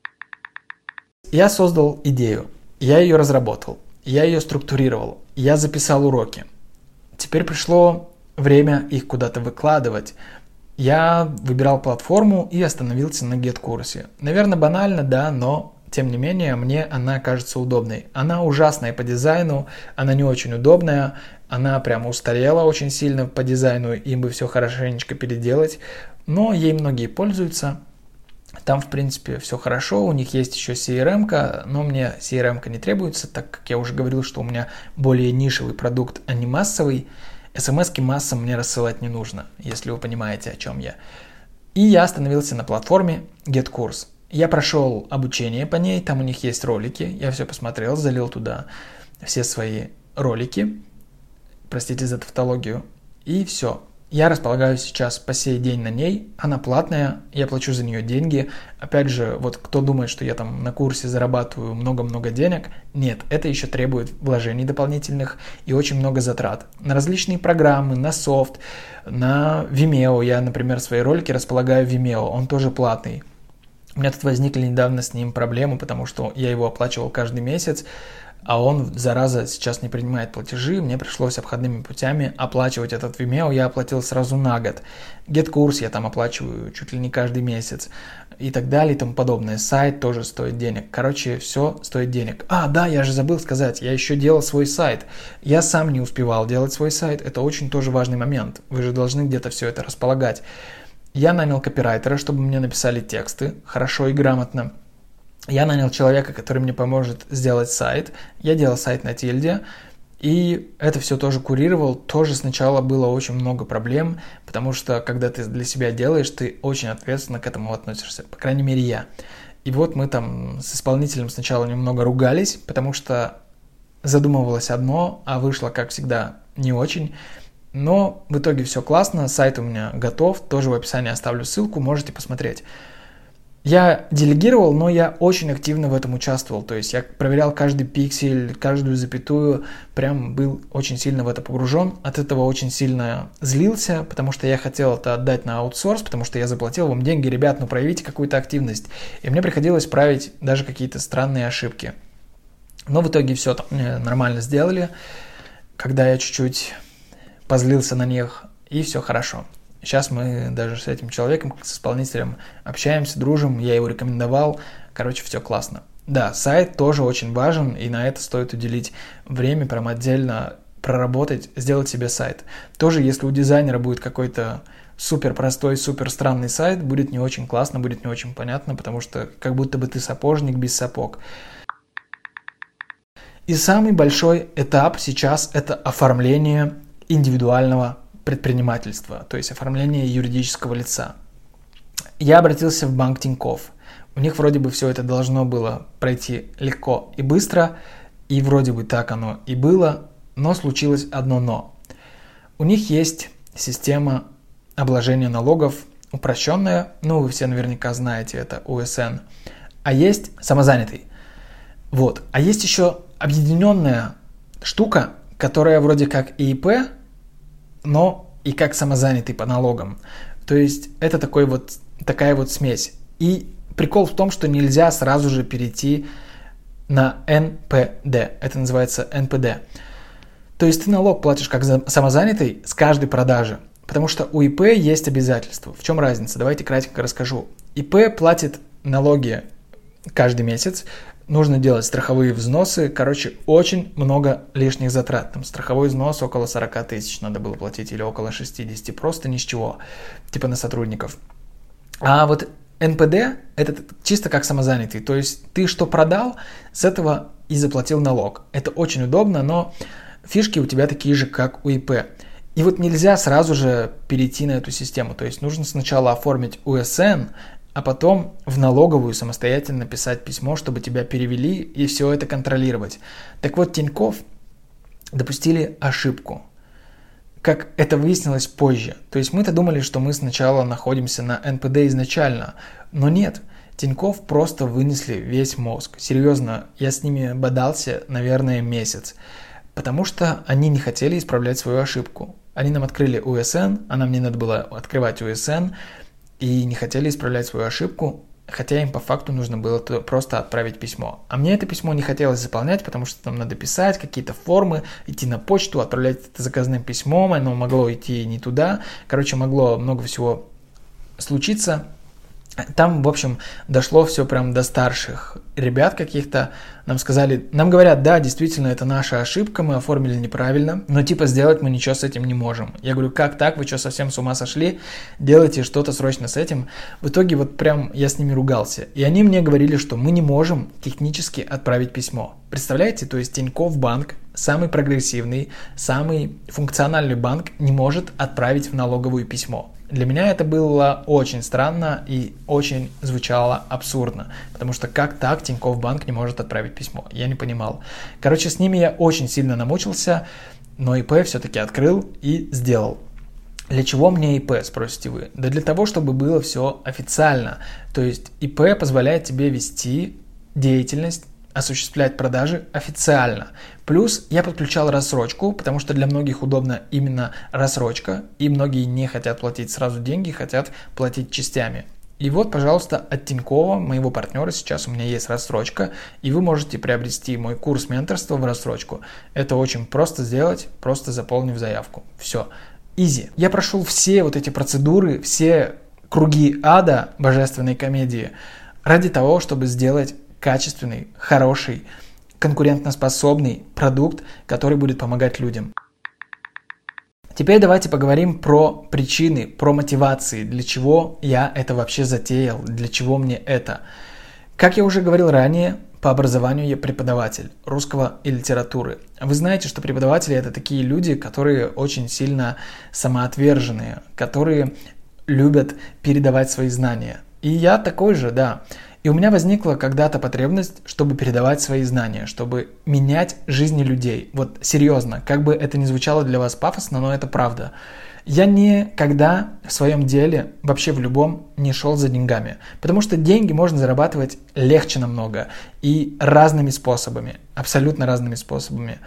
Я создал идею, я ее разработал, я ее структурировал, я записал уроки. Теперь пришло время их куда-то выкладывать. Я выбирал платформу и остановился на GetCourse. Наверное, банально, да, но тем не менее мне она кажется удобной. Она ужасная по дизайну, она не очень удобная, она прямо устарела очень сильно по дизайну, им бы все хорошенечко переделать, но ей многие пользуются. Там, в принципе, все хорошо, у них есть еще си эр эм-ка, но мне си эр эм-ка не требуется, так как я уже говорил, что у меня более нишевый продукт, а не массовый. эс эм эс-ки массам мне рассылать не нужно, если вы понимаете, о чем я. И я остановился на платформе GetCourse. Я прошел обучение по ней, там у них есть ролики, я все посмотрел, залил туда все свои ролики, простите за тавтологию, и все. Я располагаю сейчас по сей день на ней, она платная, я плачу за нее деньги. Опять же, вот кто думает, что я там на курсе зарабатываю много-много денег, нет, это еще требует вложений дополнительных и очень много затрат. На различные программы, на софт, на Vimeo, я, например, свои ролики располагаю в Vimeo, он тоже платный. У меня тут возникли недавно с ним проблемы, потому что я его оплачивал каждый месяц, а он, зараза, сейчас не принимает платежи, мне пришлось обходными путями оплачивать этот Vimeo, я оплатил сразу на год. GetCourse я там оплачиваю чуть ли не каждый месяц и так далее и тому подобное. Сайт тоже стоит денег. Короче, все стоит денег. А, да, я же забыл сказать, я еще делал свой сайт. Я сам не успевал делать свой сайт, это очень тоже важный момент. Вы же должны где-то все это располагать. Я нанял копирайтера, чтобы мне написали тексты хорошо и грамотно. Я нанял человека, который мне поможет сделать сайт. Я делал сайт на Тильде. И это все тоже курировал. Тоже сначала было очень много проблем, потому что когда ты для себя делаешь, ты очень ответственно к этому относишься. По крайней мере, я. И вот мы там с исполнителем сначала немного ругались, потому что задумывалось одно, а вышло, как всегда, не очень. Но в итоге все классно. Сайт у меня готов. Тоже в описании оставлю ссылку, можете посмотреть. Я делегировал, но я очень активно в этом участвовал, то есть я проверял каждый пиксель, каждую запятую, прям был очень сильно в это погружен, от этого очень сильно злился, потому что я хотел это отдать на аутсорс, потому что я заплатил вам деньги, ребят, ну проявите какую-то активность, и мне приходилось править даже какие-то странные ошибки. Но в итоге все там нормально сделали, когда я чуть-чуть позлился на них, и все хорошо. Сейчас мы даже с этим человеком, с исполнителем, общаемся, дружим, я его рекомендовал, короче, все классно. Да, сайт тоже очень важен, и на это стоит уделить время, прям отдельно проработать, сделать себе сайт. Тоже, если у дизайнера будет какой-то супер простой, супер странный сайт, будет не очень классно, будет не очень понятно, потому что как будто бы ты сапожник без сапог. И самый большой этап сейчас – это оформление индивидуального предпринимательства, то есть оформление юридического лица. Я обратился в банк Тинькофф. У них вроде бы все это должно было пройти легко и быстро, и вроде бы так оно и было, но случилось одно но. У них есть система обложения налогов упрощенная, ну вы все наверняка знаете, это У Эс Эн, а есть самозанятый. Вот. А есть еще объединенная штука, которая вроде как И И Пэ, но и как самозанятый по налогам. То есть это такой вот, такая вот смесь. И прикол в том, что нельзя сразу же перейти на Эн Пэ Дэ. Это называется Эн Пэ Дэ. То есть ты налог платишь как самозанятый с каждой продажи. Потому что у И Пэ есть обязательства. В чем разница? Давайте кратенько расскажу. И Пэ платит налоги каждый месяц. Нужно делать страховые взносы. Короче, очень много лишних затрат. Там страховой взнос около сорок тысяч надо было платить или около шестьдесят. Просто ни с чего. Типа на сотрудников. А вот Эн Пэ Дэ это чисто как самозанятый. То есть ты что продал, с этого и заплатил налог. Это очень удобно, но фишки у тебя такие же, как у И Пэ. И вот нельзя сразу же перейти на эту систему. То есть нужно сначала оформить У Эс Эн, а потом в налоговую самостоятельно писать письмо, чтобы тебя перевели и все это контролировать. Так вот, Тинькофф допустили ошибку, как это выяснилось позже. То есть мы-то думали, что мы сначала находимся на Эн Пэ Дэ изначально, но нет. Тинькофф просто вынесли весь мозг. Серьезно, я с ними бодался, наверное, месяц, потому что они не хотели исправлять свою ошибку. Они нам открыли У Эс Эн, а нам не надо было открывать У Эс Эн, и не хотели исправлять свою ошибку, хотя им по факту нужно было просто отправить письмо. А мне это письмо не хотелось заполнять, потому что там надо писать какие-то формы, идти на почту, отправлять это заказным письмом, оно могло идти не туда. Короче, могло много всего случиться. Там, в общем, дошло все прям до старших ребят каких-то. Нам сказали, нам говорят, да, действительно, это наша ошибка, мы оформили неправильно, но типа сделать мы ничего с этим не можем. Я говорю, как так, вы что, совсем с ума сошли? Делайте что-то срочно с этим. В итоге вот прям я с ними ругался. И они мне говорили, что мы не можем технически отправить письмо. Представляете, то есть Тинькофф банк, самый прогрессивный, самый функциональный банк, не может отправить в налоговую письмо. Для меня это было очень странно и очень звучало абсурдно, потому что как так Тинькофф Банк не может отправить письмо? Я не понимал. Короче, с ними я очень сильно намучился, но ИП все-таки открыл и сделал. Для чего мне ИП, спросите вы? Да для того, чтобы было все официально. То есть ИП позволяет тебе вести деятельность, осуществлять продажи официально. Плюс я подключал рассрочку, потому что для многих удобна именно рассрочка, и многие не хотят платить сразу деньги, хотят платить частями. И вот, пожалуйста, от Тинькова, моего партнера, сейчас у меня есть рассрочка, и вы можете приобрести мой курс менторства в рассрочку. Это очень просто сделать, просто заполнив заявку. Все. Изи. Я прошел все вот эти процедуры, все круги ада божественной комедии ради того, чтобы сделать качественный, хороший, конкурентоспособный продукт, который будет помогать людям. Теперь давайте поговорим про причины, про мотивации, для чего я это вообще затеял, для чего мне это. Как я уже говорил ранее, по образованию я преподаватель русского и литературы. Вы знаете, что преподаватели — это такие люди, которые очень сильно самоотверженные, которые любят передавать свои знания. И я такой же, да. И у меня возникла когда-то потребность, чтобы передавать свои знания, чтобы менять жизни людей. Вот серьезно, как бы это ни звучало для вас пафосно, но это правда. Я никогда в своем деле, вообще в любом, не шел за деньгами. Потому что деньги можно зарабатывать легче намного и разными способами, абсолютно разными способами.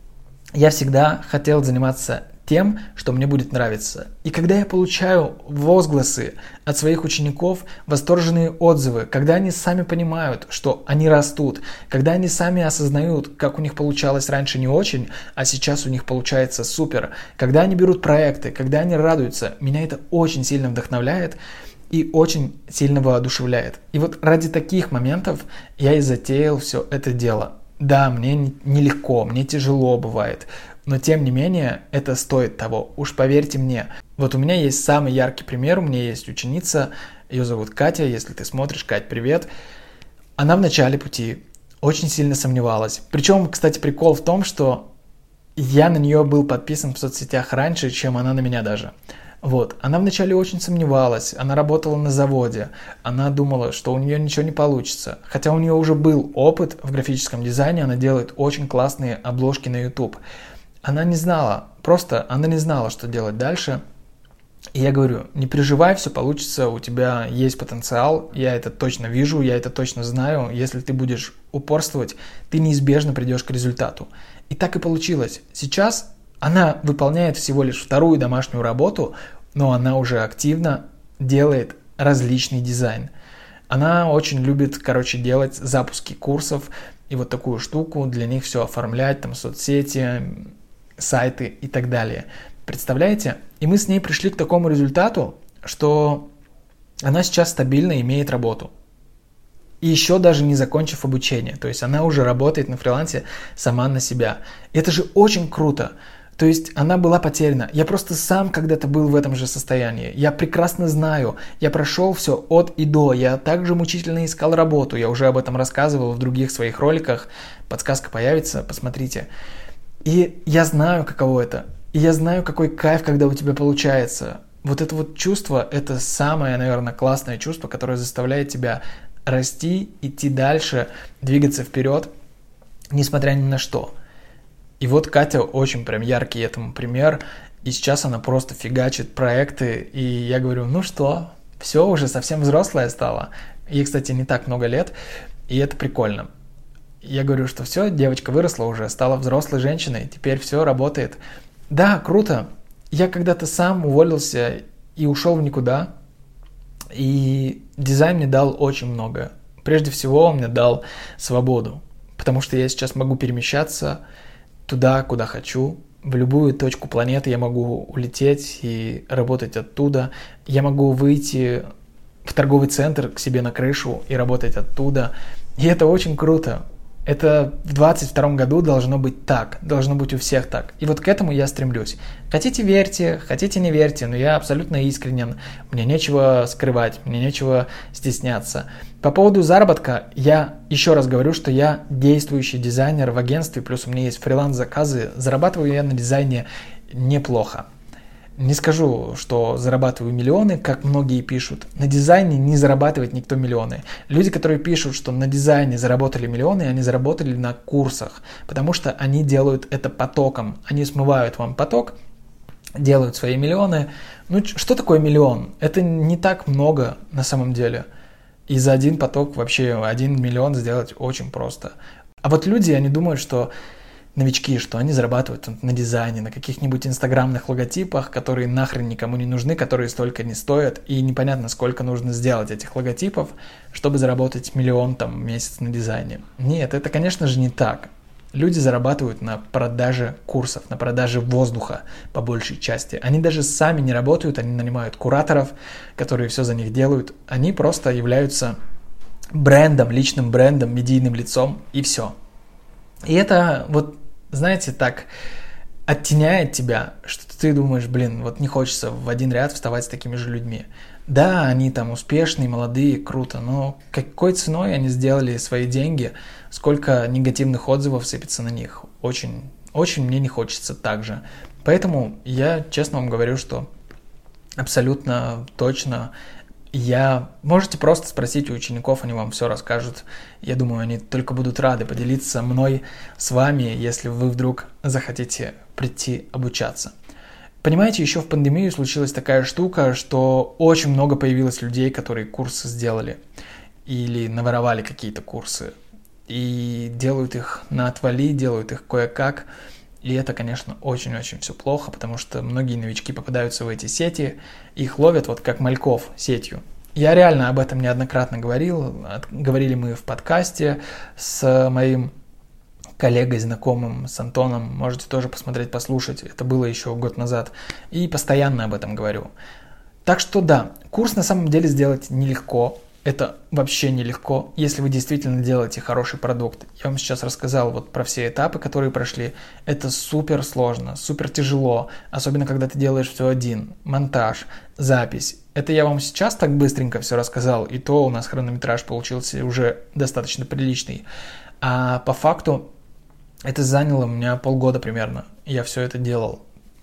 Я всегда хотел заниматься тем, что мне будет нравиться. И когда я получаю возгласы от своих учеников, восторженные отзывы, когда они сами понимают, что они растут, когда они сами осознают, как у них получалось раньше не очень, а сейчас у них получается супер, когда они берут проекты, когда они радуются, меня это очень сильно вдохновляет и очень сильно воодушевляет. И вот ради таких моментов я и затеял все это дело. Да, мне нелегко, мне тяжело бывает, но тем не менее это стоит того, уж поверьте мне. Вот у меня есть самый яркий пример, у меня есть ученица, ее зовут Катя, если ты смотришь, Кать, привет. Она в начале пути очень сильно сомневалась. Причем, кстати, прикол в том, что я на нее был подписан в соцсетях раньше, чем она на меня даже. Вот, она вначале очень сомневалась, она работала на заводе, она думала, что у нее ничего не получится. Хотя у нее уже был опыт в графическом дизайне, она делает очень классные обложки на YouTube. Она не знала, просто она не знала, что делать дальше. И я говорю, не переживай, все получится, у тебя есть потенциал, я это точно вижу, я это точно знаю. Если ты будешь упорствовать, ты неизбежно придешь к результату. И так и получилось. Сейчас она выполняет всего лишь вторую домашнюю работу, но она уже активно делает различный дизайн. Она очень любит, короче, делать запуски курсов и вот такую штуку, для них все оформлять, там соцсети, сайты и так далее. Представляете? И мы с ней пришли к такому результату, что она сейчас стабильно имеет работу. И еще даже не закончив обучение. То есть она уже работает на фрилансе сама на себя. И это же очень круто. То есть она была потеряна. Я просто сам когда-то был в этом же состоянии. Я прекрасно знаю. Я прошел все от и до. Я также мучительно искал работу. Я уже об этом рассказывал в других своих роликах. Подсказка появится, посмотрите. И я знаю, каково это. И я знаю, какой кайф, когда у тебя получается. Вот это вот чувство, это самое, наверное, классное чувство, которое заставляет тебя расти, идти дальше, двигаться вперед, несмотря ни на что. И вот Катя очень прям яркий этому пример. И сейчас она просто фигачит проекты. И я говорю, ну что, все, уже совсем взрослая стала. Ей, кстати, не так много лет. И это прикольно. Я говорю, что все, девочка выросла уже, стала взрослой женщиной. Теперь все работает. Да, круто. Я когда-то сам уволился и ушел в никуда. И дизайн мне дал очень много. Прежде всего, он мне дал свободу. Потому что я сейчас могу перемещаться туда, куда хочу. В любую точку планеты я могу улететь и работать оттуда. Я могу выйти в торговый центр к себе на крышу и работать оттуда. И это очень круто. Это в двадцать втором году должно быть так, должно быть у всех так. И вот к этому я стремлюсь. Хотите верьте, хотите не верьте, но я абсолютно искренен. Мне нечего скрывать, мне нечего стесняться. По поводу заработка, я еще раз говорю, что я действующий дизайнер в агентстве, плюс у меня есть фриланс-заказы. Зарабатываю я на дизайне неплохо. Не скажу, что зарабатываю миллионы, как многие пишут. На дизайне не зарабатывает никто миллионы. Люди, которые пишут, что на дизайне заработали миллионы, они заработали на курсах, потому что они делают это потоком. Они смывают вам поток, делают свои миллионы. Ну, что такое миллион? Это не так много на самом деле. И за один поток вообще один миллион сделать очень просто. А вот люди, они думают, что новички, что они зарабатывают на дизайне, на каких-нибудь инстаграмных логотипах, которые нахрен никому не нужны, которые столько не стоят, и непонятно, сколько нужно сделать этих логотипов, чтобы заработать миллион там в месяц на дизайне. Нет, это, конечно же, не так. Люди зарабатывают на продаже курсов, на продаже воздуха по большей части. Они даже сами не работают, они нанимают кураторов, которые все за них делают. Они просто являются брендом, личным брендом, медийным лицом, и все. И это вот, знаете, так оттеняет тебя, что ты думаешь, блин, вот не хочется в один ряд вставать с такими же людьми. Да, они там успешные, молодые, круто, но какой ценой они сделали свои деньги, сколько негативных отзывов сыпется на них. Очень, очень мне не хочется так же. Поэтому я честно вам говорю, что абсолютно точно я... Можете просто спросить у учеников, они вам все расскажут. Я думаю, они только будут рады поделиться мной с вами, если вы вдруг захотите прийти обучаться. Понимаете, еще в пандемию случилась такая штука, что очень много появилось людей, которые курсы сделали или наворовали какие-то курсы и делают их на отвали, делают их кое-как. И это, конечно, очень-очень все плохо, потому что многие новички попадаются в эти сети, их ловят вот как мальков сетью. Я реально об этом неоднократно говорил, говорили мы в подкасте с моим коллегой, знакомым, с Антоном, можете тоже посмотреть, послушать, это было еще год назад, и постоянно об этом говорю. Так что да, курс на самом деле сделать нелегко, это вообще нелегко, если вы действительно делаете хороший продукт. Я вам сейчас рассказал вот про все этапы, которые прошли, это супер сложно, супер тяжело, особенно когда ты делаешь все один, монтаж, запись. Это я вам сейчас так быстренько все рассказал, и то у нас хронометраж получился уже достаточно приличный, а по факту это заняло у меня полгода примерно, я все это делал.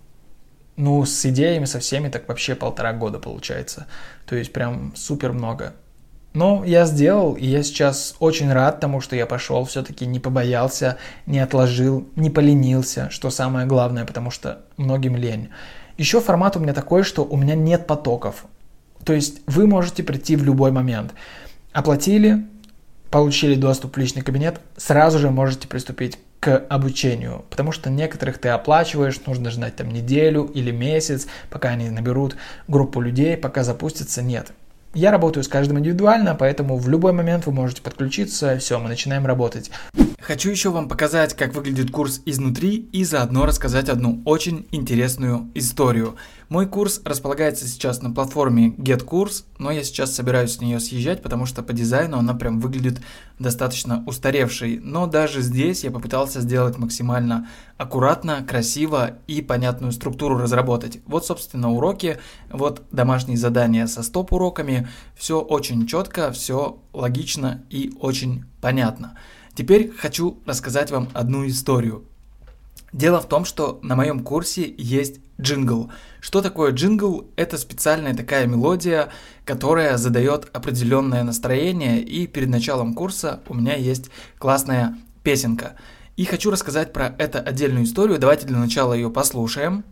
Ну, с идеями, со всеми, так вообще полтора года получается. То есть прям супер много. Но я сделал, и я сейчас очень рад тому, что я пошел, все-таки не побоялся, не отложил, не поленился, что самое главное, потому что многим лень. Еще формат у меня такой, что у меня нет потоков. То есть вы можете прийти в любой момент. Оплатили, получили доступ в личный кабинет, сразу же можете приступить к обучению, потому что некоторых ты оплачиваешь, нужно ждать там неделю или месяц, пока они наберут группу людей, пока запустится, нет. Я работаю с каждым индивидуально, поэтому в любой момент вы можете подключиться, все, мы начинаем работать. Хочу еще вам показать, как выглядит курс изнутри и заодно рассказать одну очень интересную историю. Мой курс располагается сейчас на платформе GetCourse, но я сейчас собираюсь с нее съезжать, потому что по дизайну она прям выглядит достаточно устаревшей. Но даже здесь я попытался сделать максимально аккуратно, красиво и понятную структуру разработать. Вот, собственно, уроки, вот домашние задания со стоп-уроками. Все очень четко, все логично и очень понятно. Теперь хочу рассказать вам одну историю. Дело в том, что на моем курсе есть джингл. Что такое джингл? Это специальная такая мелодия, которая задает определенное настроение, и перед началом курса у меня есть классная песенка. И хочу рассказать про это отдельную историю. Давайте для начала ее послушаем.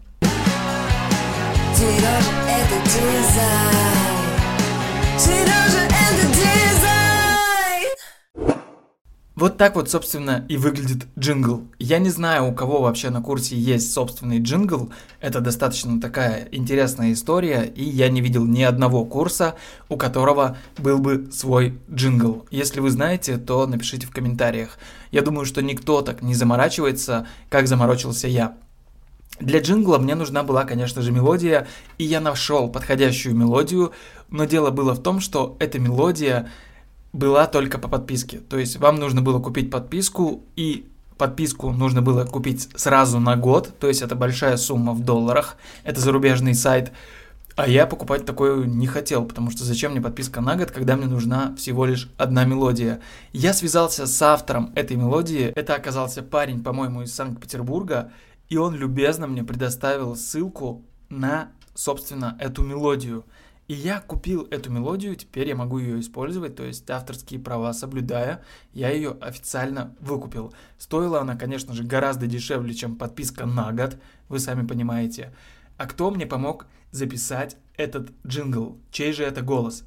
Вот так вот, собственно, и выглядит джингл. Я не знаю, у кого вообще на курсе есть собственный джингл. Это достаточно такая интересная история, и я не видел ни одного курса, у которого был бы свой джингл. Если вы знаете, то напишите в комментариях. Я думаю, что никто так не заморачивается, как заморочился я. Для джингла мне нужна была, конечно же, мелодия, и я нашел подходящую мелодию, но дело было в том, что эта мелодия была только по подписке. То есть вам нужно было купить подписку, и подписку нужно было купить сразу на год, то есть это большая сумма в долларах, это зарубежный сайт, а я покупать такое не хотел, потому что зачем мне подписка на год, когда мне нужна всего лишь одна мелодия. Я связался с автором этой мелодии, это оказался парень, по-моему, из Санкт-Петербурга, и он любезно мне предоставил ссылку на, собственно, эту мелодию. И я купил эту мелодию, теперь я могу ее использовать, то есть авторские права соблюдая, я ее официально выкупил. Стоила она, конечно же, гораздо дешевле, чем подписка на год, вы сами понимаете. А кто мне помог записать этот джингл? Чей же это голос?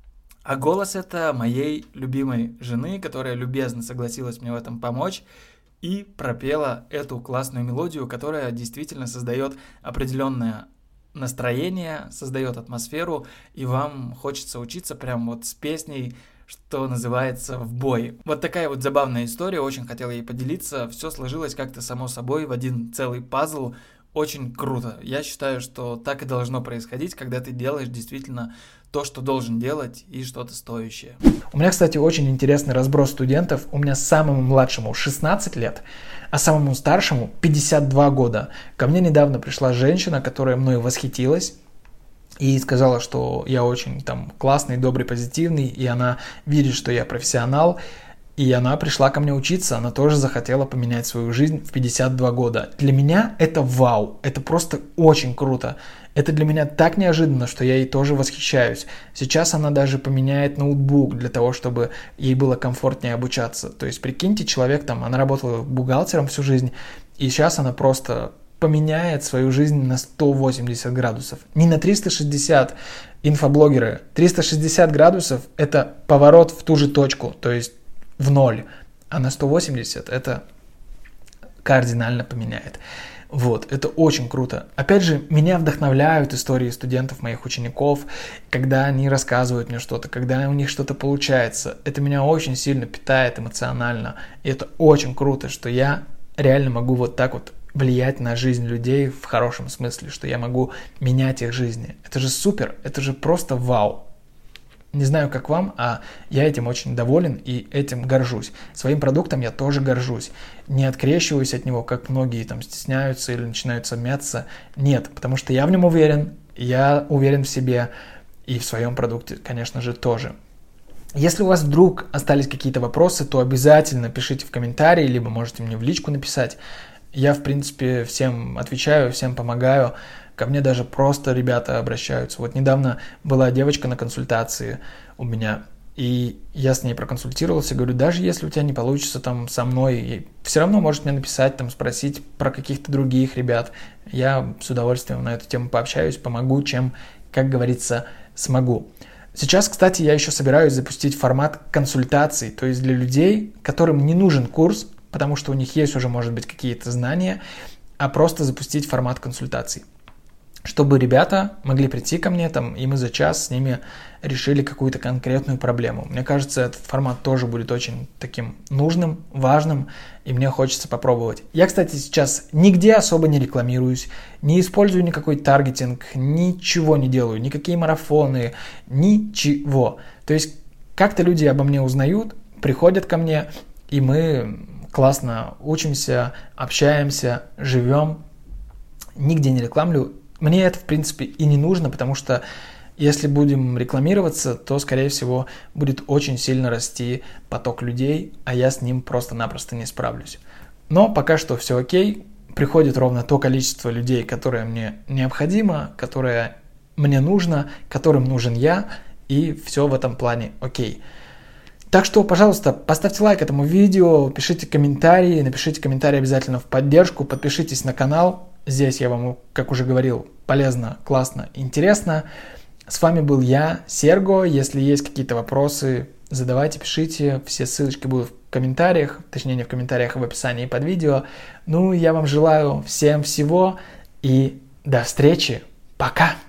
А голос это моей любимой жены, которая любезно согласилась мне в этом помочь и пропела эту классную мелодию, которая действительно создает определенное настроение, создает атмосферу, и вам хочется учиться прям вот с песней, что называется, в бой. Вот такая вот забавная история, очень хотел ей поделиться, все сложилось как-то само собой в один целый пазл, очень круто. Я считаю, что так и должно происходить, когда ты делаешь действительно то, что должен делать, и что-то стоящее. У меня, кстати, очень интересный разброс студентов. У меня самому младшему шестнадцать лет, а самому старшему пятьдесят два года. Ко мне недавно пришла женщина, которая мной восхитилась и сказала, что я очень там классный, добрый, позитивный, и она видит, что я профессионал. И она пришла ко мне учиться, она тоже захотела поменять свою жизнь в пятьдесят два года. Для меня это вау, это просто очень круто. Это для меня так неожиданно, что я ей тоже восхищаюсь. Сейчас она даже поменяет ноутбук для того, чтобы ей было комфортнее обучаться. То есть, прикиньте, человек там, она работала бухгалтером всю жизнь, и сейчас она просто поменяет свою жизнь на сто восемьдесят градусов. Не на триста шестьдесят, инфоблогеры. триста шестьдесят градусов – это поворот в ту же точку, то есть в ноль, а на сто восемьдесят это кардинально поменяет. Вот, это очень круто. Опять же, меня вдохновляют истории студентов, моих учеников, когда они рассказывают мне что-то, когда у них что-то получается. Это меня очень сильно питает эмоционально. И это очень круто, что я реально могу вот так вот влиять на жизнь людей в хорошем смысле, что я могу менять их жизни. Это же супер, это же просто вау. Не знаю, как вам, а я этим очень доволен и этим горжусь. Своим продуктом я тоже горжусь. Не открещиваюсь от него, как многие там стесняются или начинают сомневаться. Нет, потому что я в нем уверен, я уверен в себе и в своем продукте, конечно же, тоже. Если у вас вдруг остались какие-то вопросы, то обязательно пишите в комментарии, либо можете мне в личку написать. Я, в принципе, всем отвечаю, всем помогаю. Ко мне даже просто ребята обращаются. Вот недавно была девочка на консультации у меня, и я с ней проконсультировался, говорю, даже если у тебя не получится там со мной, все равно можешь мне написать, там, спросить про каких-то других ребят. Я с удовольствием на эту тему пообщаюсь, помогу, чем, как говорится, смогу. Сейчас, кстати, я еще собираюсь запустить формат консультаций, то есть для людей, которым не нужен курс, потому что у них есть уже, может быть, какие-то знания, а просто запустить формат консультаций, чтобы ребята могли прийти ко мне, там, и мы за час с ними решили какую-то конкретную проблему. Мне кажется, этот формат тоже будет очень таким нужным, важным, и мне хочется попробовать. Я, кстати, сейчас нигде особо не рекламируюсь, не использую никакой таргетинг, ничего не делаю, никакие марафоны, ничего. То есть как-то люди обо мне узнают, приходят ко мне, и мы классно учимся, общаемся, живем. Нигде не рекламлю. Мне это, в принципе, и не нужно, потому что если будем рекламироваться, то, скорее всего, будет очень сильно расти поток людей, а я с ним просто-напросто не справлюсь. Но пока что все окей, приходит ровно то количество людей, которое мне необходимо, которое мне нужно, которым нужен я, и все в этом плане окей. Так что, пожалуйста, поставьте лайк этому видео, пишите комментарии, напишите комментарии обязательно в поддержку, подпишитесь на канал. Здесь я вам, как уже говорил, полезно, классно, интересно. С вами был я, Серго. Если есть какие-то вопросы, задавайте, пишите. Все ссылочки будут в комментариях, точнее не в комментариях, а в описании под видео. Ну, я вам желаю всем всего и до встречи. Пока!